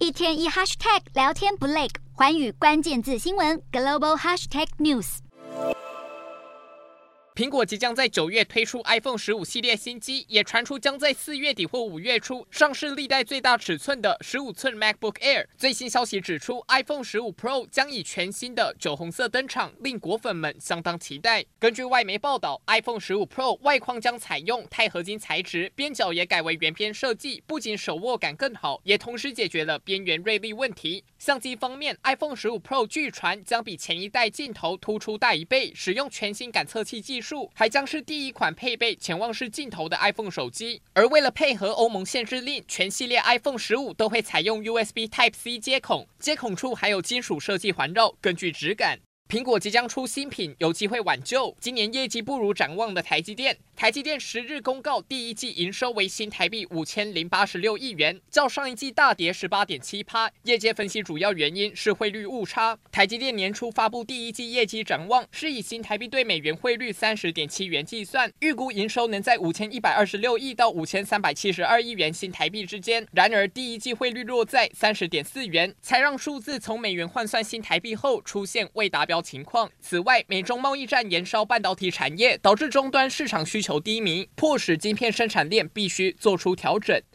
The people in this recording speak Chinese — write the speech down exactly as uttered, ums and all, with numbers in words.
一天一 hashtag 聊天不累，寰宇关键字新闻 global hashtag news。 苹果即将在九月推出 iPhone 十五系列新机，也传出将在四月底或五月初上市历代最大尺寸的十五寸 MacBook Air。最新消息指出 ，iPhone 十五 Pro 将以全新的酒红色登场，令果粉们相当期待。根据外媒报道 ，iPhone 十五 Pro 外框将采用钛合金材质，边角也改为圆边设计，不仅手握感更好，也同时解决了边缘锐利问题。相机方面 ，iPhone 十五 Pro 据传将比前一代镜头突出大一倍，使用全新感测器技术。还将是第一款配备潜望式镜头的 iPhone 手机。而为了配合欧盟限制令，全系列 iPhone 十五都会采用 U S B Type C 接孔，接孔处还有金属设计环绕，更具质感。苹果即将出新品，有机会挽救今年业绩不如展望的台积电。台积电十日公告，第一季营收为新台币五千零八十六亿元，较上一季大跌 百分之十八点七。业界分析主要原因是汇率误差。台积电年初发布第一季业绩展望，是以新台币对美元汇率 三十点七元计算，预估营收能在五千一百二十六亿到五千三百七十二亿元新台币之间。然而第一季汇率落在 三十点四元，才让数字从美元换算新台币后出现未达标情况。此外，美中贸易战延烧半导体产业，导致终端市场需求低迷，迫使晶片生产链必须做出调整。